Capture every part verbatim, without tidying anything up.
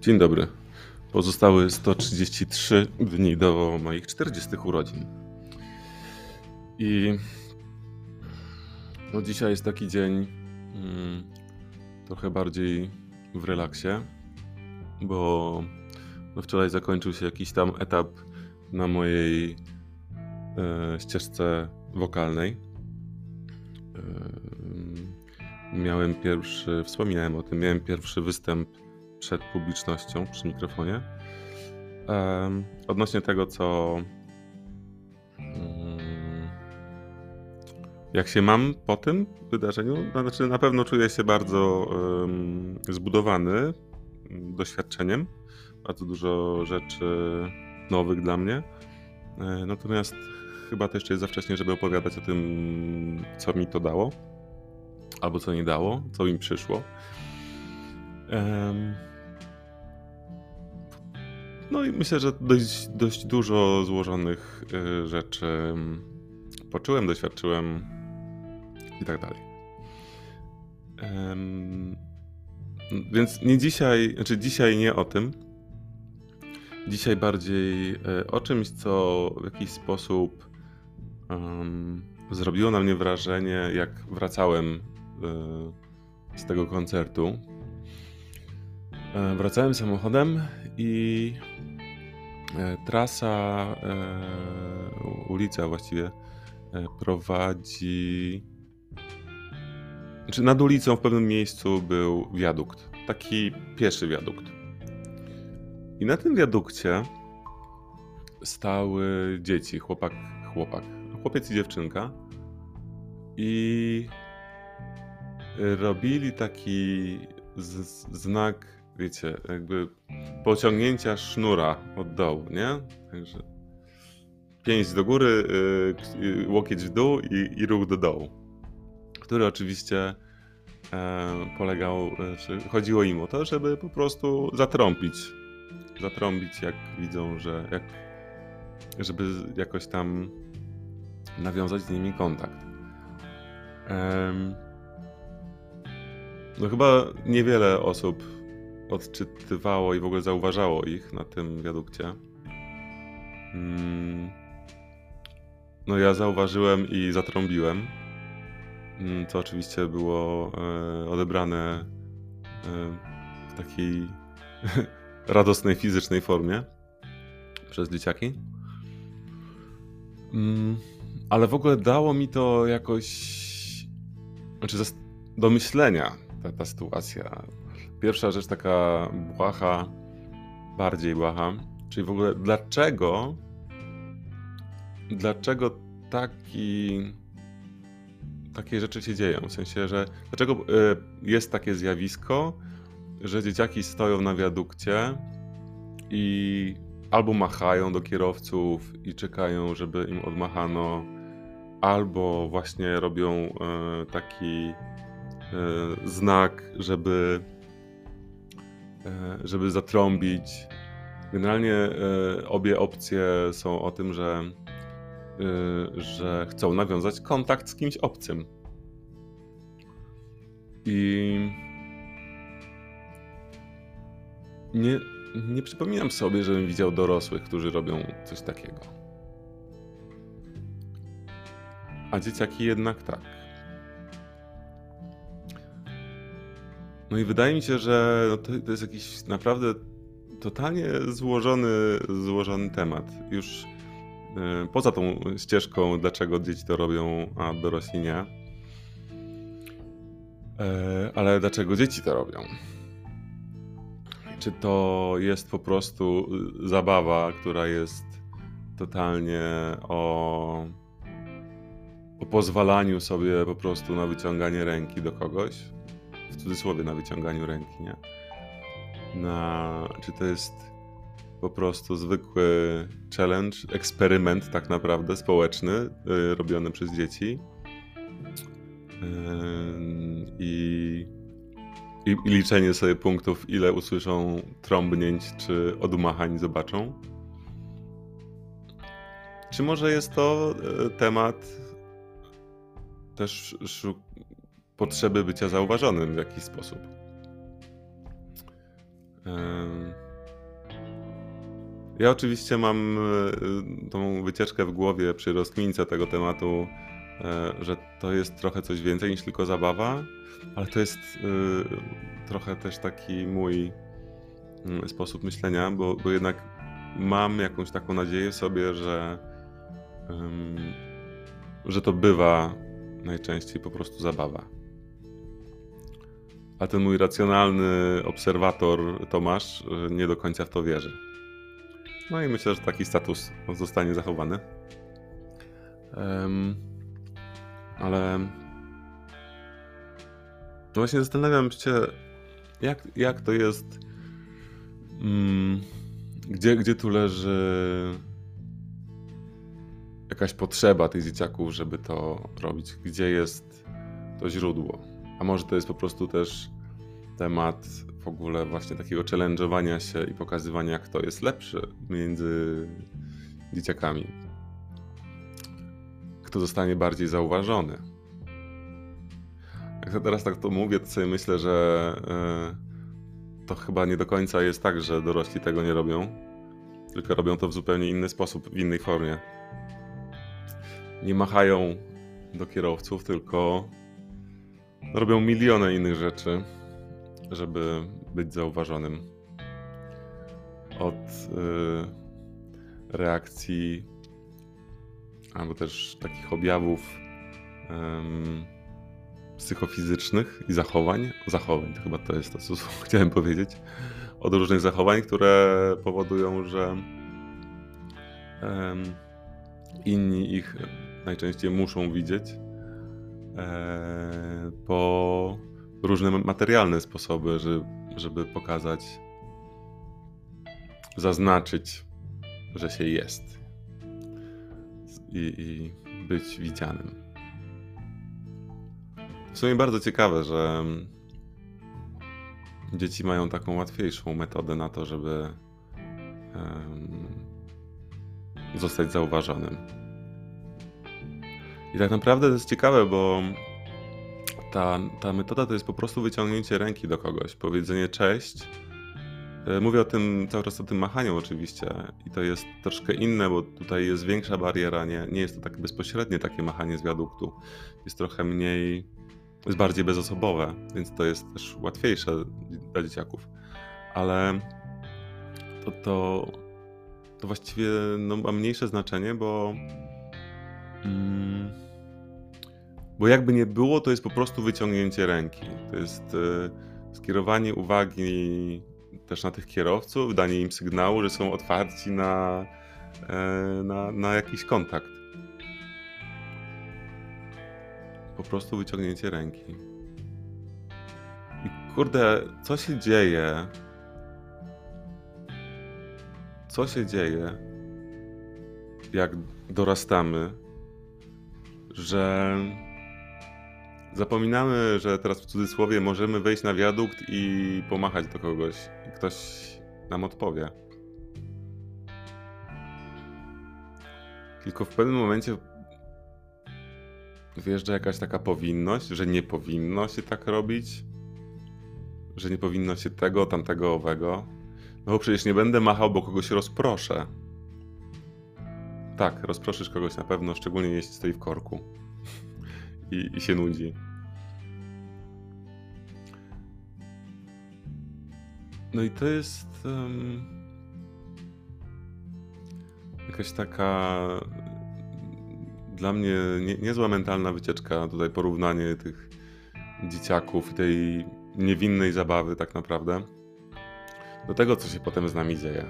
Dzień dobry. Pozostały sto trzydzieści trzy dni do moich czterdziestych urodzin. I no dzisiaj jest taki dzień mm, trochę bardziej w relaksie, bo no wczoraj zakończył się jakiś tam etap na mojej e, ścieżce wokalnej. E, miałem pierwszy, wspominałem o tym, miałem pierwszy występ przed publicznością, przy mikrofonie. Um, odnośnie tego, co um, jak się mam po tym wydarzeniu, znaczy na pewno czuję się bardzo um, zbudowany doświadczeniem, bardzo dużo rzeczy nowych dla mnie, e, natomiast chyba to jeszcze jest za wcześnie, żeby opowiadać o tym, co mi to dało, albo co nie dało, co mi przyszło. Um, No i myślę, że dość, dość dużo złożonych y, rzeczy poczułem, doświadczyłem i tak dalej. Ym, więc nie dzisiaj, znaczy dzisiaj nie o tym. Dzisiaj bardziej y, o czymś, co w jakiś sposób um, zrobiło na mnie wrażenie, jak wracałem y, z tego koncertu. Y, wracałem samochodem i trasa, e, ulica właściwie e, prowadzi... Znaczy nad ulicą w pewnym miejscu był wiadukt, taki pieszy wiadukt. I na tym wiadukcie stały dzieci, chłopak, chłopak, chłopiec i dziewczynka i robili taki z, znak, wiecie, jakby pociągnięcia sznura od dołu, nie? Także pięść do góry, yy, łokieć w dół i, i ruch do dołu. Który oczywiście e, polegał, czy chodziło im o to, żeby po prostu zatrąbić. Zatrąbić, jak widzą, że jak, żeby jakoś tam nawiązać z nimi kontakt. Ehm, no chyba niewiele osób odczytywało i w ogóle zauważało ich na tym wiadukcie. No ja zauważyłem i zatrąbiłem, co oczywiście było odebrane w takiej radosnej, fizycznej formie przez dzieciaki. Ale w ogóle dało mi to jakoś, znaczy do myślenia ta, ta sytuacja. Pierwsza rzecz taka błaha, bardziej błaha, czyli w ogóle dlaczego, dlaczego taki, takie rzeczy się dzieją? W sensie, że dlaczego jest takie zjawisko, że dzieciaki stoją na wiadukcie i albo machają do kierowców i czekają, żeby im odmachano, albo właśnie robią taki znak, żeby żeby zatrąbić. Generalnie e, obie opcje są o tym, że, e, że chcą nawiązać kontakt z kimś obcym. I nie, nie przypominam sobie, żebym widział dorosłych, którzy robią coś takiego. A dzieciaki jednak tak. No i wydaje mi się, że to, to jest jakiś naprawdę totalnie złożony, złożony temat. Już yy, poza tą ścieżką, dlaczego dzieci to robią, a dorośli nie. Yy, ale dlaczego dzieci to robią? Czy to jest po prostu zabawa, która jest totalnie o, o pozwalaniu sobie po prostu na wyciąganie ręki do kogoś? W cudzysłowie na wyciąganiu ręki, nie? Na, czy to jest po prostu zwykły challenge, eksperyment tak naprawdę społeczny, yy, robiony przez dzieci yy, i, i, i liczenie sobie punktów, ile usłyszą trąbnięć czy odmachań zobaczą? Czy może jest to yy, temat też szuk- potrzeby bycia zauważonym w jakiś sposób? Em, Ja oczywiście mam y, tą wycieczkę w głowie przy rozkmince tego tematu, e, że to jest trochę coś więcej niż tylko zabawa, ale to jest y, trochę też taki mój mm, sposób myślenia, bo, bo jednak mam jakąś taką nadzieję w sobie, że, ym, że to bywa najczęściej po prostu zabawa. A ten mój racjonalny obserwator Tomasz y, nie do końca w to wierzy. No i myślę, że taki status zostanie zachowany. Em, ale no właśnie zastanawiam się, jak, jak to jest, mm, gdzie, gdzie tu leży jakaś potrzeba tych dzieciaków, żeby to robić, gdzie jest to źródło. A może to jest po prostu też temat w ogóle właśnie takiego challenge'owania się i pokazywania, kto jest lepszy między dzieciakami. Kto zostanie bardziej zauważony. Jak to teraz tak to mówię, to sobie myślę, że yy, to chyba nie do końca jest tak, że dorośli tego nie robią, tylko robią to w zupełnie inny sposób, w innej formie. Nie machają do kierowców, tylko robią miliony innych rzeczy, żeby być zauważonym. Od yy, reakcji albo też takich objawów yy, psychofizycznych i zachowań, zachowań, to chyba to jest to, co chciałem powiedzieć, od różnych zachowań, które powodują, że yy, inni ich najczęściej muszą widzieć yy, po różne materialne sposoby, żeby, żeby pokazać, zaznaczyć, że się jest i, i być widzianym. W sumie bardzo ciekawe, że dzieci mają taką łatwiejszą metodę na to, żeby um, zostać zauważonym. I tak naprawdę to jest ciekawe, bo Ta, ta metoda to jest po prostu wyciągnięcie ręki do kogoś, powiedzenie cześć. Mówię o tym, cały czas o tym machaniu oczywiście i to jest troszkę inne, bo tutaj jest większa bariera, nie, nie jest to tak bezpośrednie takie machanie z wiaduktu. Jest trochę mniej, jest bardziej bezosobowe, więc to jest też łatwiejsze dla dzieciaków. Ale to, to, to właściwie no, ma mniejsze znaczenie, bo... Mm, Bo jakby nie było, to jest po prostu wyciągnięcie ręki. To jest y, skierowanie uwagi też na tych kierowców, danie im sygnału, że są otwarci na, y, na, na jakiś kontakt. Po prostu wyciągnięcie ręki. I kurde, co się dzieje? Co się dzieje, jak dorastamy, że... Zapominamy, że teraz w cudzysłowie możemy wejść na wiadukt i pomachać do kogoś i ktoś nam odpowie. Tylko w pewnym momencie wjeżdża jakaś taka powinność, że nie powinno się tak robić, że nie powinno się tego, tamtego, owego. No bo przecież nie będę machał, bo kogoś rozproszę. Tak, rozproszysz kogoś na pewno, szczególnie jeśli stoi w korku. I, i się nudzi. No i to jest um, jakaś taka dla mnie nie, niezła mentalna wycieczka, tutaj porównanie tych dzieciaków i tej niewinnej zabawy tak naprawdę do tego, co się potem z nami dzieje.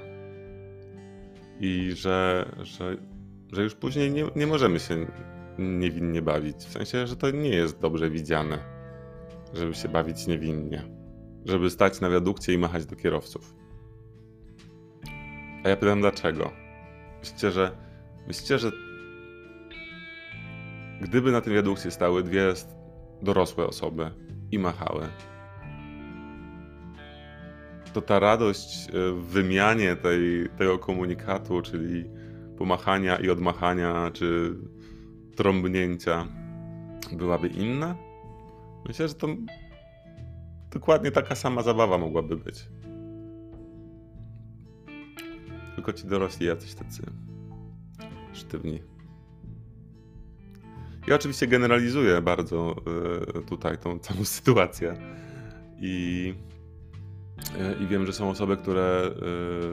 I że, że, że już później nie, nie możemy się niewinnie bawić. W sensie, że to nie jest dobrze widziane, żeby się bawić niewinnie. Żeby stać na wiadukcie i machać do kierowców. A ja pytam dlaczego? Myślicie, że myślicie, że gdyby na tym wiadukcie stały dwie dorosłe osoby i machały, to ta radość w wymianie tej, tego komunikatu, czyli pomachania i odmachania, czy trąbnięcia, byłaby inna? Myślę, że to dokładnie taka sama zabawa mogłaby być. Tylko ci dorośli jacyś tacy sztywni. Ja oczywiście generalizuję bardzo y, tutaj tą całą sytuację i, y, i wiem, że są osoby, które y,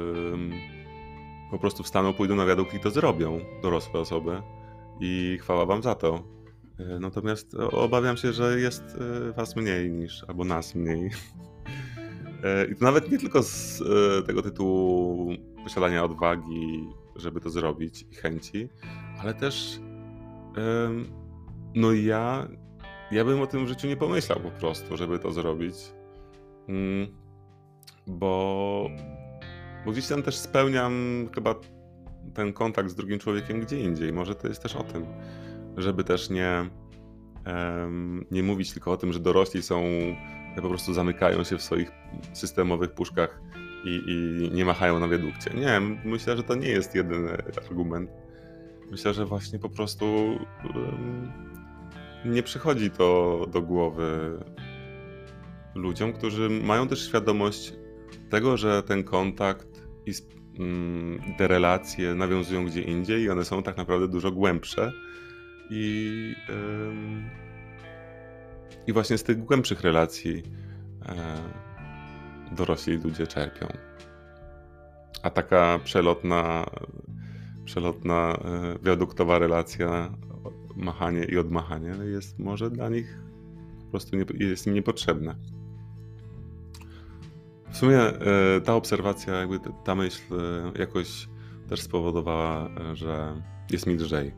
po prostu wstaną, pójdą na wiadukt i to zrobią, dorosłe osoby, i chwała wam za to. Y, natomiast obawiam się, że jest y, was mniej niż, albo nas mniej. Y, I to nawet nie tylko z y, tego tytułu posiadania odwagi, żeby to zrobić, i chęci, ale też y, no ja, ja bym o tym w życiu nie pomyślał po prostu, żeby to zrobić, mm, bo, bo gdzieś tam też spełniam chyba ten kontakt z drugim człowiekiem gdzie indziej. Może to jest też o tym, żeby też nie, em, nie mówić tylko o tym, że dorośli są, po prostu zamykają się w swoich systemowych puszkach i, i nie machają na wiadukcie. Nie, myślę, że to nie jest jedyny argument. Myślę, że właśnie po prostu em, nie przychodzi to do głowy ludziom, którzy mają też świadomość tego, że ten kontakt i mm, te relacje nawiązują gdzie indziej i one są tak naprawdę dużo głębsze. I, ym, i właśnie z tych głębszych relacji e, dorośli ludzie czerpią. A taka przelotna, przelotna e, wiaduktowa relacja, machanie i odmachanie, jest może dla nich po prostu nie, jest im niepotrzebne. W sumie e, ta obserwacja, jakby ta myśl e, jakoś też spowodowała, e, że jest mi lżej.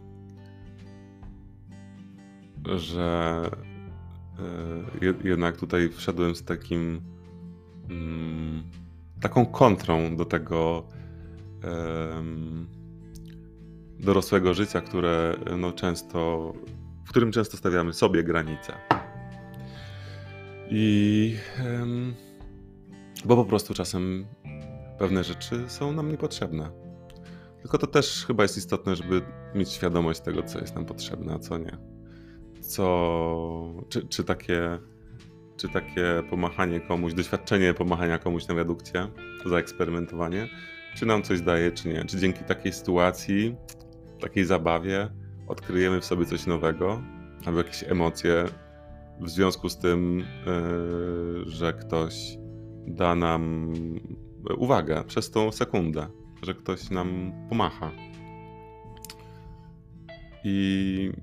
Że e, je, jednak tutaj wszedłem z takim mm, taką kontrą do tego e, dorosłego życia, które no często, w którym często stawiamy sobie granice. I em, bo po prostu czasem pewne rzeczy są nam niepotrzebne. Tylko to też chyba jest istotne, żeby mieć świadomość tego, co jest nam potrzebne, a co nie. Co, czy, czy, takie, czy takie pomachanie komuś, doświadczenie pomachania komuś na wiadukcie, zaeksperymentowanie, czy nam coś daje, czy nie. Czy dzięki takiej sytuacji, takiej zabawie odkryjemy w sobie coś nowego, albo jakieś emocje w związku z tym, yy, że ktoś da nam uwagę przez tą sekundę, że ktoś nam pomacha. I,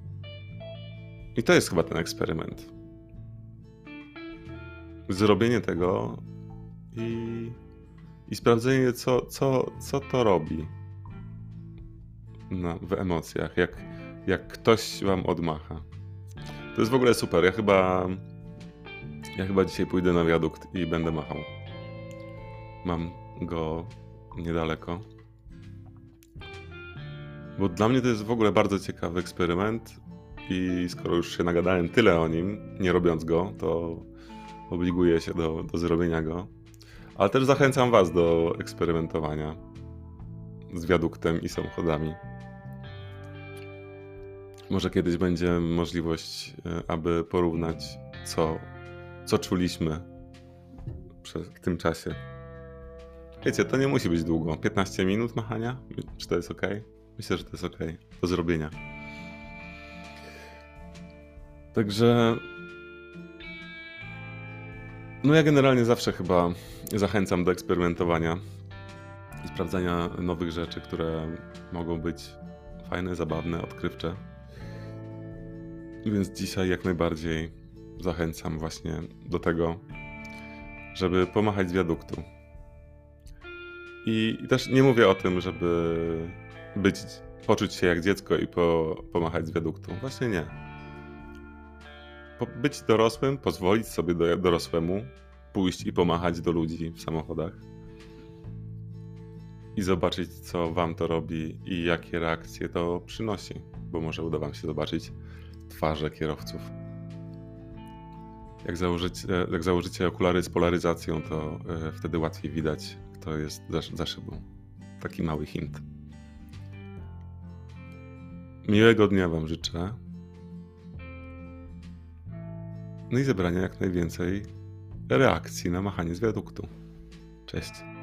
i to jest chyba ten eksperyment. Zrobienie tego i, i sprawdzenie, co, co, co to robi na, w emocjach, jak, jak ktoś wam odmacha. To jest w ogóle super. Ja chyba, ja chyba dzisiaj pójdę na wiadukt i będę machał. Mam go niedaleko. Bo dla mnie to jest w ogóle bardzo ciekawy eksperyment i skoro już się nagadałem tyle o nim, nie robiąc go, to obliguję się do, do zrobienia go. Ale też zachęcam was do eksperymentowania z wiaduktem i samochodami. Może kiedyś będzie możliwość, aby porównać, co, co czuliśmy w tym czasie. Wiecie, to nie musi być długo. piętnaście minut machania? Czy to jest ok? Myślę, że to jest ok do zrobienia. Także no ja generalnie zawsze chyba zachęcam do eksperymentowania i sprawdzania nowych rzeczy, które mogą być fajne, zabawne, odkrywcze. Więc dzisiaj jak najbardziej zachęcam właśnie do tego, żeby pomachać z wiaduktu. I, i też nie mówię o tym, żeby być, poczuć się jak dziecko i po, pomachać z wiaduktu. Właśnie nie. Po, być dorosłym, pozwolić sobie do, dorosłemu pójść i pomachać do ludzi w samochodach i zobaczyć, co wam to robi i jakie reakcje to przynosi, bo może uda wam się zobaczyć twarze kierowców. Jak założycie, jak założycie okulary z polaryzacją, to y, wtedy łatwiej widać, kto jest za, za szybą. Taki mały hint. Miłego dnia wam życzę. No i zebrania jak najwięcej reakcji na machanie z wiaduktu. Cześć.